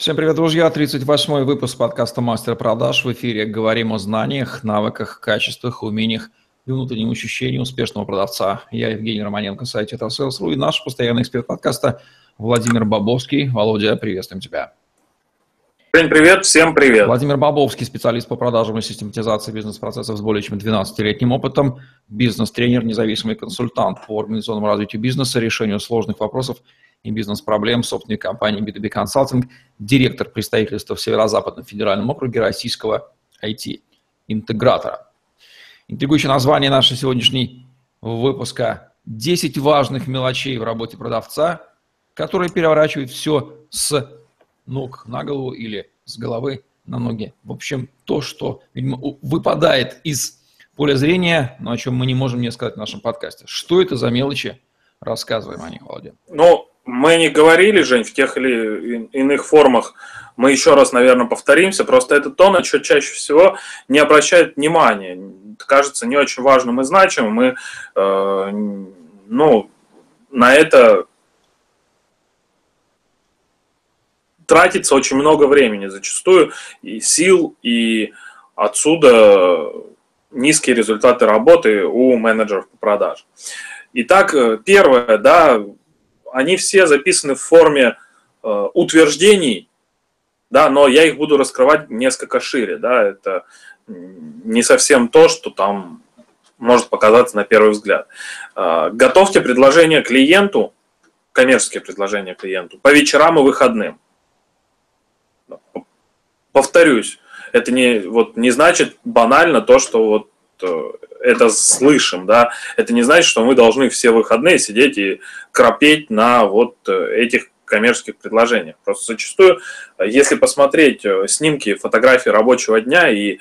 Всем привет, друзья! 38-й выпуск подкаста «Мастер продаж». В эфире говорим о знаниях, навыках, качествах, умениях и внутреннем ощущении успешного продавца. Я Евгений Романенко, сайт Sales.ru, и наш постоянный эксперт подкаста Владимир Бобовский. Володя, приветствуем тебя. Всем привет, всем привет. Владимир Бобовский, специалист по продажам и систематизации бизнес-процессов с более чем 12-летним опытом, бизнес-тренер, независимый консультант по организационному развитию бизнеса, решению сложных вопросов и бизнес-проблем собственной компании B2B Consulting, директор представительства в Северо-Западном федеральном округе российского IT-интегратора. Интригующее название нашего сегодняшнего выпуска «10 важных мелочей в работе продавца, которые переворачивают все с ног на голову или с головы на ноги». В общем, то, что, видимо, выпадает из поля зрения, но о чем мы не можем не сказать в нашем подкасте. Что это за мелочи? Рассказываем о них, Володя. Мы не говорили, Жень, в тех или иных формах. Мы еще раз, наверное, повторимся. Просто это то, на что чаще всего не обращают внимания. Кажется не очень важным и значимым. Мы, на это тратится очень много времени, зачастую и сил, и отсюда низкие результаты работы у менеджеров по продажам. Итак, первое, да, они все записаны в форме утверждений, да, но я их буду раскрывать несколько шире, да, это не совсем то, что там может показаться на первый взгляд. Готовьте предложение клиенту, коммерческие предложения клиенту, по вечерам и выходным. Повторюсь, это не значит банально то, что это слышим, да, это не значит, что мы должны все выходные сидеть и кропеть на этих коммерческих предложениях. Просто зачастую, если посмотреть снимки, фотографии рабочего дня и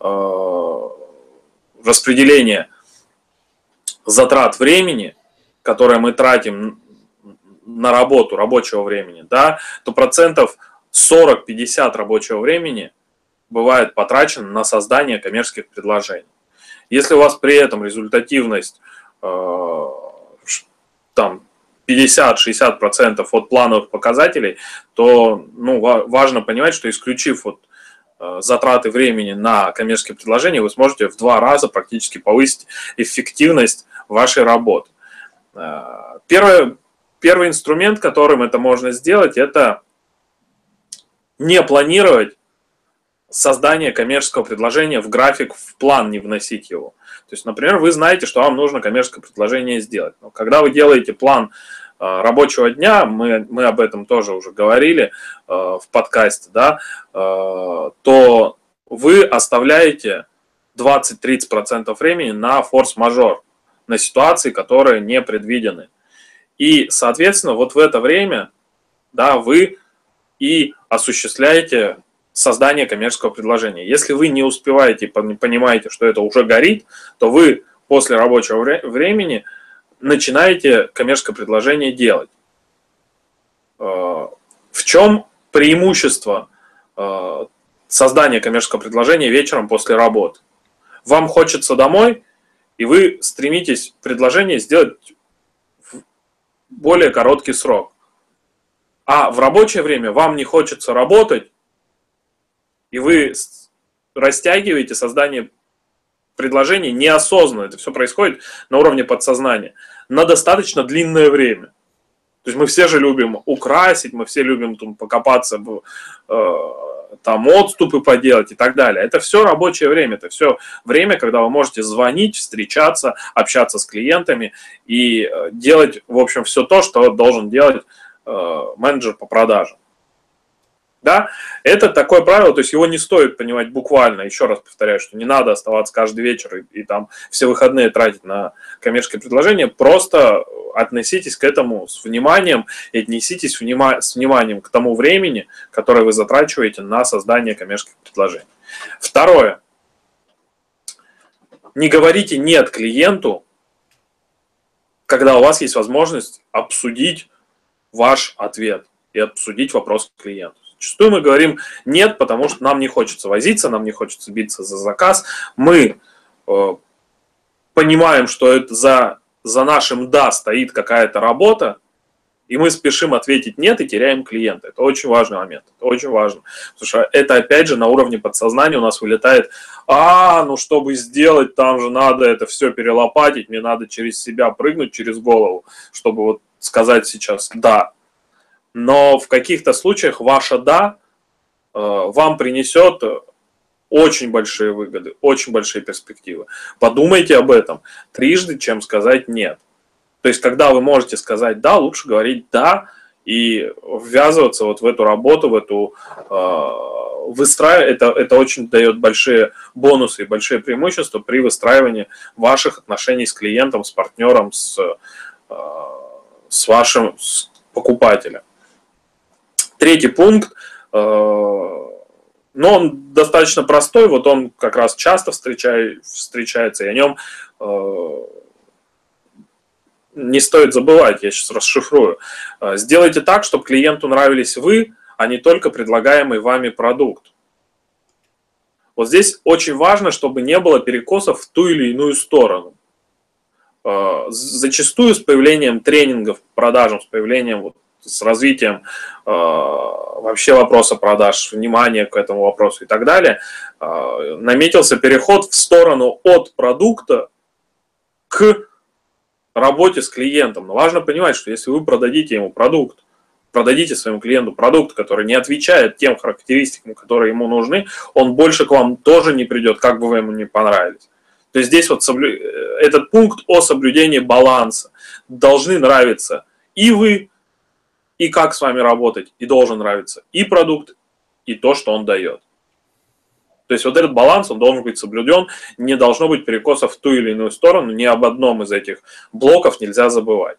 распределение затрат времени, которые мы тратим на работу, рабочего времени, да, то процентов 40-50 рабочего времени бывает потрачено на создание коммерческих предложений. Если у вас при этом результативность там 50-60% от плановых показателей, то важно понимать, что исключив затраты времени на коммерческие предложения, вы сможете в 2 раза практически повысить эффективность вашей работы. Первый инструмент, которым это можно сделать, это не планировать создание коммерческого предложения в график, в план не вносить его. То есть, например, вы знаете, что вам нужно коммерческое предложение сделать. Но когда вы делаете план рабочего дня, мы об этом тоже уже говорили в подкасте, да, то вы оставляете 20-30% времени на форс-мажор, на ситуации, которые не предвидены. И, соответственно, в это время, да, вы и осуществляете создание коммерческого предложения. Если вы не успеваете, понимаете, что это уже горит, то вы после рабочего времени начинаете коммерческое предложение делать. В чем преимущество создания коммерческого предложения вечером после работы? Вам хочется домой, и вы стремитесь предложение сделать в более короткий срок. А в рабочее время вам не хочется работать, и вы растягиваете создание предложений неосознанно. Это все происходит на уровне подсознания. На достаточно длинное время. То есть мы все же любим украсить, мы все любим там покопаться, там отступы поделать и так далее. Это все рабочее время. Это все время, когда вы можете звонить, встречаться, общаться с клиентами и делать, в общем, все то, что должен делать менеджер по продажам. Да? Это такое правило, то есть его не стоит понимать буквально. Еще раз повторяю, что не надо оставаться каждый вечер и там все выходные тратить на коммерческие предложения. Просто относитесь к этому с вниманием и отнеситесь с вниманием к тому времени, которое вы затрачиваете на создание коммерческих предложений. Второе. Не говорите «нет» клиенту, когда у вас есть возможность обсудить ваш ответ и обсудить вопрос клиента. Зачастую мы говорим «нет», потому что нам не хочется возиться, нам не хочется биться за заказ. Мы понимаем, что это за нашим «да» стоит какая-то работа, И мы спешим ответить нет и теряем клиента. Это очень важный момент. Это очень важно. Потому что это опять же на уровне подсознания у нас вылетает, ну чтобы сделать, там же надо это все перелопатить, мне надо через себя прыгнуть, через голову, чтобы вот сказать сейчас да. Но в каких-то случаях ваше да вам принесет очень большие выгоды, очень большие перспективы. Подумайте об этом трижды, чем сказать нет. То есть, когда вы можете сказать «да», лучше говорить «да» и ввязываться вот в эту работу, в эту выстраивание. Это очень дает большие бонусы и большие преимущества при выстраивании ваших отношений с клиентом, с партнером, с вашим покупателем. Третий пункт, но он достаточно простой, вот он как раз часто встречается, и о нем не стоит забывать, я сейчас расшифрую. Сделайте так, чтобы клиенту нравились вы, а не только предлагаемый вами продукт. Вот здесь очень важно, чтобы не было перекосов в ту или иную сторону. Зачастую с появлением тренингов по продажам, с появлением, с развитием вообще вопроса продаж, внимания к этому вопросу и так далее, наметился переход в сторону от продукта к работе с клиентом. Но важно понимать, что если вы продадите ему продукт, продадите своему клиенту продукт, который не отвечает тем характеристикам, которые ему нужны, он больше к вам тоже не придет, как бы вы ему не понравились. То есть здесь вот этот пункт о соблюдении баланса. Должны нравиться и вы, и как с вами работать, и должен нравиться и продукт, и то, что он дает. То есть вот этот баланс, он должен быть соблюден, не должно быть перекосов в ту или иную сторону, ни об одном из этих блоков нельзя забывать.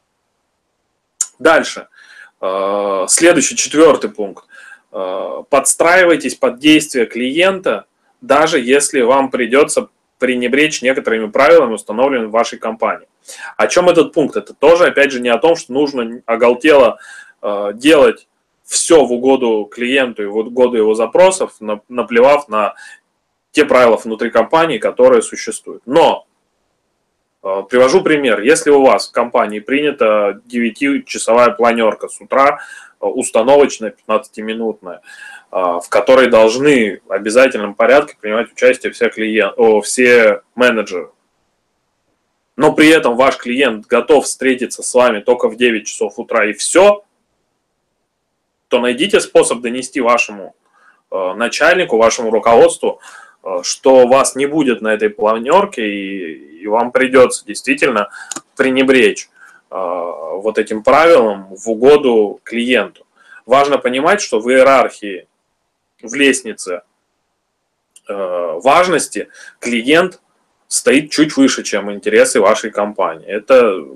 Дальше. Следующий, 4-й пункт. Подстраивайтесь под действия клиента, даже если вам придется пренебречь некоторыми правилами, установленными в вашей компании. О чем этот пункт? Это тоже, опять же, не о том, что нужно оголтело делать все в угоду клиенту и в угоду его запросов, наплевав на те правила внутри компании, которые существуют. Но привожу пример. Если у вас в компании принята 9-часовая планерка с утра, установочная, 15-минутная, в которой должны в обязательном порядке принимать участие все менеджеры, но при этом ваш клиент готов встретиться с вами только в 9 часов утра и все, то найдите способ донести вашему начальнику, вашему руководству, что вас не будет на этой планерке, и вам придется действительно пренебречь вот этим правилам в угоду клиенту. Важно понимать, что в иерархии, в лестнице важности клиент стоит чуть выше, чем интересы вашей компании. Это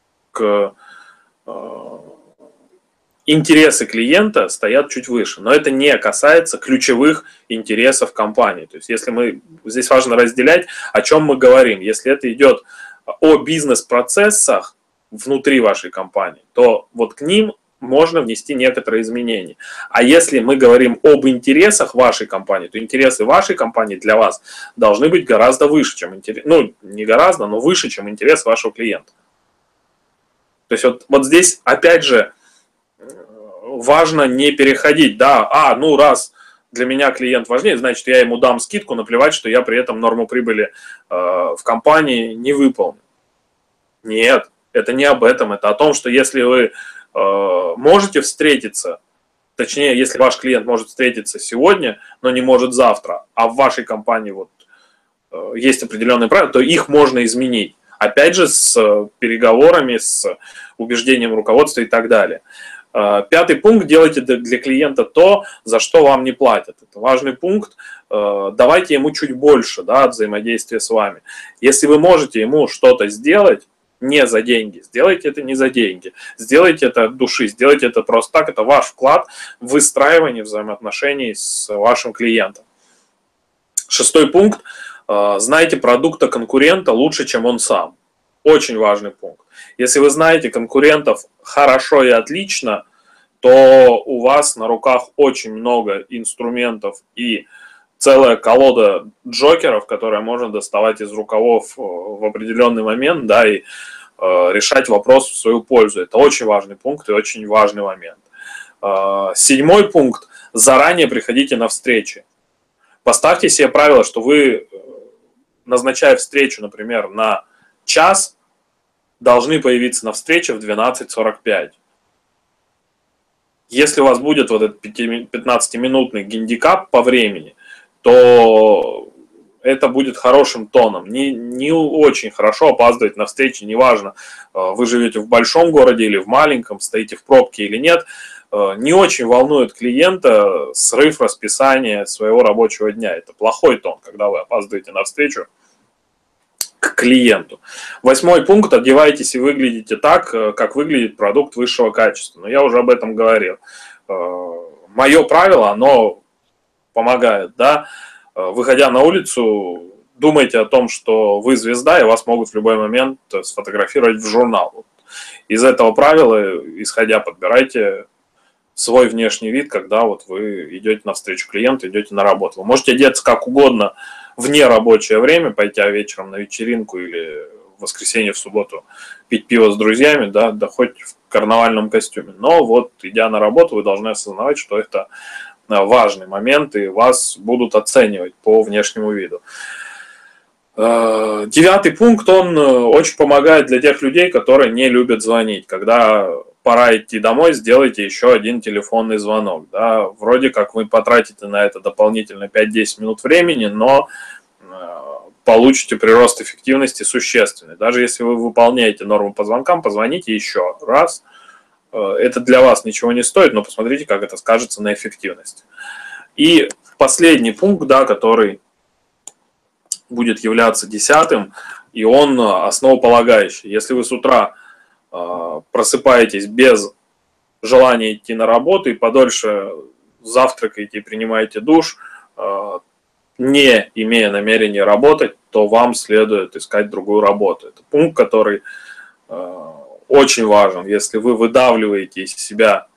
интересы клиента стоят чуть выше, но это не касается ключевых интересов компании. То есть, если здесь важно разделять, о чем мы говорим. Если это идет о бизнес-процессах внутри вашей компании, то вот к ним можно внести некоторые изменения. А если мы говорим об интересах вашей компании, то интересы вашей компании для вас должны быть гораздо выше, чем интерес, не гораздо, но выше, чем интерес вашего клиента. То есть вот здесь опять же важно не переходить, раз для меня клиент важнее, значит я ему дам скидку, наплевать, что я при этом норму прибыли в компании не выполню. Нет, это не об этом, это о том, что если вы можете встретиться, точнее, если ваш клиент может встретиться сегодня, но не может завтра, а в вашей компании есть определенные правила, то их можно изменить. Опять же, с переговорами, с убеждением руководства и так далее. 5-й пункт. Делайте для клиента то, за что вам не платят. Это важный пункт. Давайте ему чуть больше от взаимодействия с вами. Если вы можете ему что-то сделать, не за деньги. Сделайте это не за деньги. Сделайте это от души. Сделайте это просто так. Это ваш вклад в выстраивание взаимоотношений с вашим клиентом. 6-й пункт. Знайте продукта конкурента лучше, чем он сам. Очень важный пункт. Если вы знаете конкурентов хорошо и отлично, то у вас на руках очень много инструментов и целая колода джокеров, которые можно доставать из рукавов в определенный момент, и решать вопрос в свою пользу. Это очень важный пункт и очень важный момент. 7-й пункт. Заранее приходите на встречи. Поставьте себе правило, что вы, назначая встречу, например, на час, должны появиться на встрече в 12:45. Если у вас будет вот этот 15-минутный гандикап по времени, то это будет хорошим тоном. Не очень хорошо опаздывать на встречи, неважно, вы живете в большом городе или в маленьком, стоите в пробке или нет. Не очень волнует клиента срыв расписания своего рабочего дня. Это плохой тон, когда вы опаздываете на встречу к клиенту. 8-й пункт. Одевайтесь и выглядите так, как выглядит продукт высшего качества. Но я уже об этом говорил. Мое правило, оно помогает, да. Выходя на улицу, думайте о том, что вы звезда, и вас могут в любой момент сфотографировать в журнал. Из этого правила, исходя, подбирайте свой внешний вид, когда вот вы идете навстречу клиенту, идете на работу. Вы можете одеться как угодно в нерабочее время, пойти вечером на вечеринку или в воскресенье, в субботу пить пиво с друзьями, да хоть в карнавальном костюме. Но вот, идя на работу, вы должны осознавать, что это важный момент, и вас будут оценивать по внешнему виду. 9-й пункт, он очень помогает для тех людей, которые не любят звонить. Когда пора идти домой, сделайте еще один телефонный звонок. Да. Вроде как вы потратите на это дополнительно 5-10 минут времени, но получите прирост эффективности существенный. Даже если вы выполняете норму по звонкам, позвоните еще раз. Это для вас ничего не стоит, но посмотрите, как это скажется на эффективности. И последний пункт, да, который будет являться 10-м, и он основополагающий. Если вы с утра просыпаетесь без желания идти на работу и подольше завтракаете и принимаете душ, не имея намерения работать, то вам следует искать другую работу. Это пункт, который очень важен. Если вы выдавливаете из себя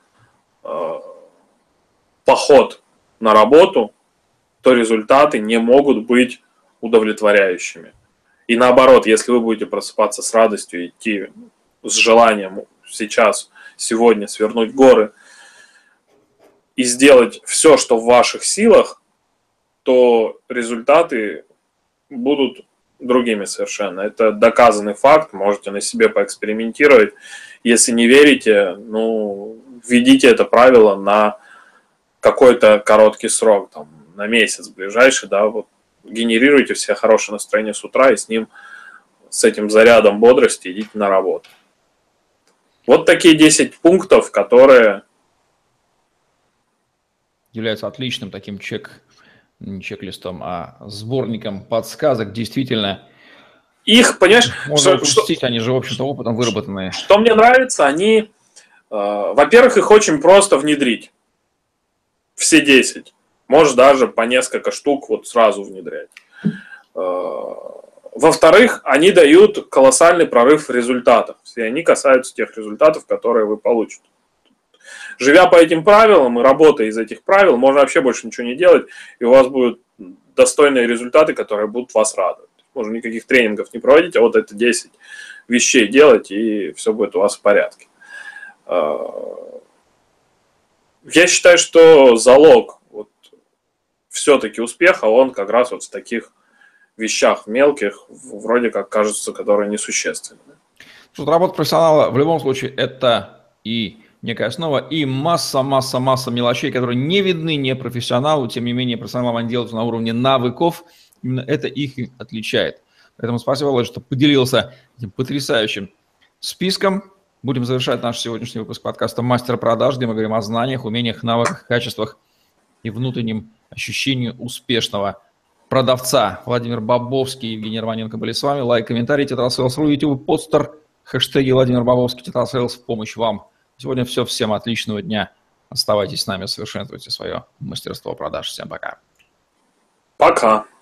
поход на работу, то результаты не могут быть удовлетворяющими. И наоборот, если вы будете просыпаться с радостью, идти с желанием сейчас, сегодня свернуть горы и сделать все, что в ваших силах, то результаты будут другими совершенно. Это доказанный факт, можете на себе поэкспериментировать. Если не верите, введите это правило на какой-то короткий срок, там, на месяц ближайший, да, вот генерируйте все хорошее настроение с утра и с этим зарядом бодрости идите на работу. Вот такие 10 пунктов, которые являются отличным таким не чек-листом, а сборником подсказок. Действительно, их, понимаешь, можно упустить, они же, в общем-то, опытом выработанные. Что мне нравится, они, во-первых, их очень просто внедрить. Все 10. Можешь даже по несколько штук вот сразу внедрять. Во-вторых, они дают колоссальный прорыв в результатах. И они касаются тех результатов, которые вы получите. Живя по этим правилам и работая из этих правил, можно вообще больше ничего не делать, и у вас будут достойные результаты, которые будут вас радовать. Можно никаких тренингов не проводить, а вот это 10 вещей делать, и все будет у вас в порядке. Я считаю, что залог все-таки успеха, он как раз вот в таких вещах мелких, вроде как кажется, которые несущественны. Тут работа профессионала в любом случае это и некая основа, и масса мелочей, которые не видны непрофессионалу, тем не менее профессионалам они делают на уровне навыков, именно это их и отличает. Поэтому спасибо, Володя, что поделился этим потрясающим списком. Будем завершать наш сегодняшний выпуск подкаста «Мастер продаж», где мы говорим о знаниях, умениях, навыках, качествах и внутреннем ощущении успешного продавца. Владимир Бобовский и Евгений Романенко были с вами. Лайк, комментарий, Тетрасейлс.ру, YouTube, постер, хэштеги Владимир Бобовский, Тетрасейлс в помощь вам. Сегодня все. Всем отличного дня. Оставайтесь с нами, совершенствуйте свое мастерство продаж. Всем пока. Пока.